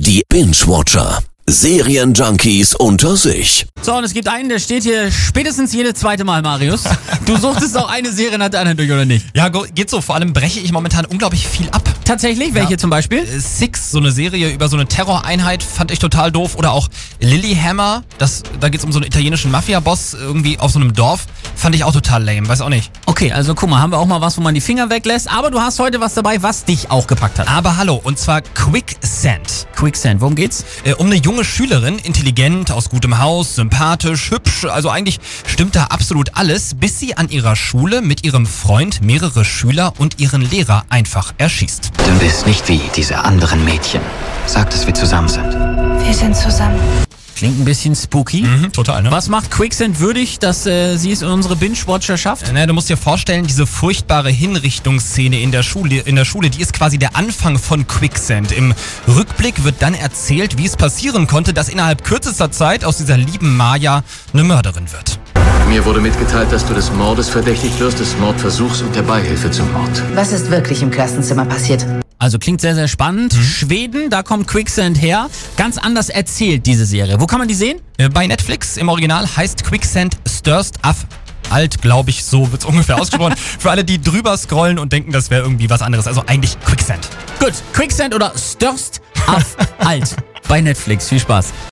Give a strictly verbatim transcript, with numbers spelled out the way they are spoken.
Die Binge-Watcher. Serienjunkies unter sich. So, und es gibt einen, der steht hier spätestens jedes zweite Mal, Marius. Du suchtest auch eine Serie nach der anderen durch, oder nicht? Ja, go- geht so. Vor allem breche ich momentan unglaublich viel ab. Tatsächlich? Welche Ja. zum Beispiel? Äh, Six, so eine Serie über so eine Terroreinheit, fand ich total doof. Oder auch Lilyhammer, das, da geht's um so einen italienischen Mafia-Boss irgendwie auf so einem Dorf. Fand ich auch total lame, weiß auch nicht. Okay, also guck mal, haben wir auch mal was, wo man die Finger weglässt. Aber du hast heute was dabei, was dich auch gepackt hat. Aber hallo, und zwar Quicksand. Quicksand, worum geht's? Äh, um eine junge Schülerin, intelligent, aus gutem Haus, sympathisch, hübsch, also eigentlich stimmt da absolut alles, bis sie an ihrer Schule mit ihrem Freund mehrere Schüler und ihren Lehrer einfach erschießt. Du bist nicht wie diese anderen Mädchen. Sag, dass wir zusammen sind. Wir sind zusammen. Klingt ein bisschen spooky. Mhm, total, ne? Was macht Quicksand würdig, dass äh, sie es in unsere Binge-Watcher schafft? Äh, Na, du musst dir vorstellen, diese furchtbare Hinrichtungsszene in der Schule, in der Schule, die ist quasi der Anfang von Quicksand. Im Rückblick wird dann erzählt, wie es passieren konnte, dass innerhalb kürzester Zeit aus dieser lieben Maya eine Mörderin wird. Mir wurde mitgeteilt, dass du des Mordes verdächtigt wirst, des Mordversuchs und der Beihilfe zum Mord. Was ist wirklich im Klassenzimmer passiert? Also klingt sehr, sehr spannend. Mhm. Schweden, da kommt Quicksand her. Ganz anders erzählt diese Serie. Wo kann man die sehen? Äh, Bei Netflix im Original heißt Quicksand Störst af alt, glaube ich, so wird's ungefähr ausgesprochen. Für alle, die drüber scrollen und denken, das wäre irgendwie was anderes. Also eigentlich Quicksand. Gut, Quicksand oder Störst auf alt bei Netflix. Viel Spaß.